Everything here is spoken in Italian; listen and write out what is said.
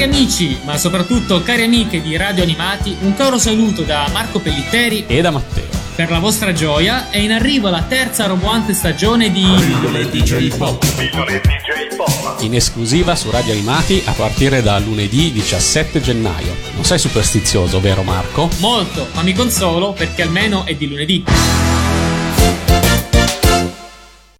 amici, ma soprattutto cari amiche di Radio Animati, un caro saluto da Marco Pellitteri e da Matteo. Per la vostra gioia è in arrivo la terza roboante stagione di Pillole DJ Pop. In esclusiva su Radio Animati a partire da lunedì 17 gennaio. Non sei superstizioso, vero Marco? Molto, ma mi consolo perché almeno è di lunedì.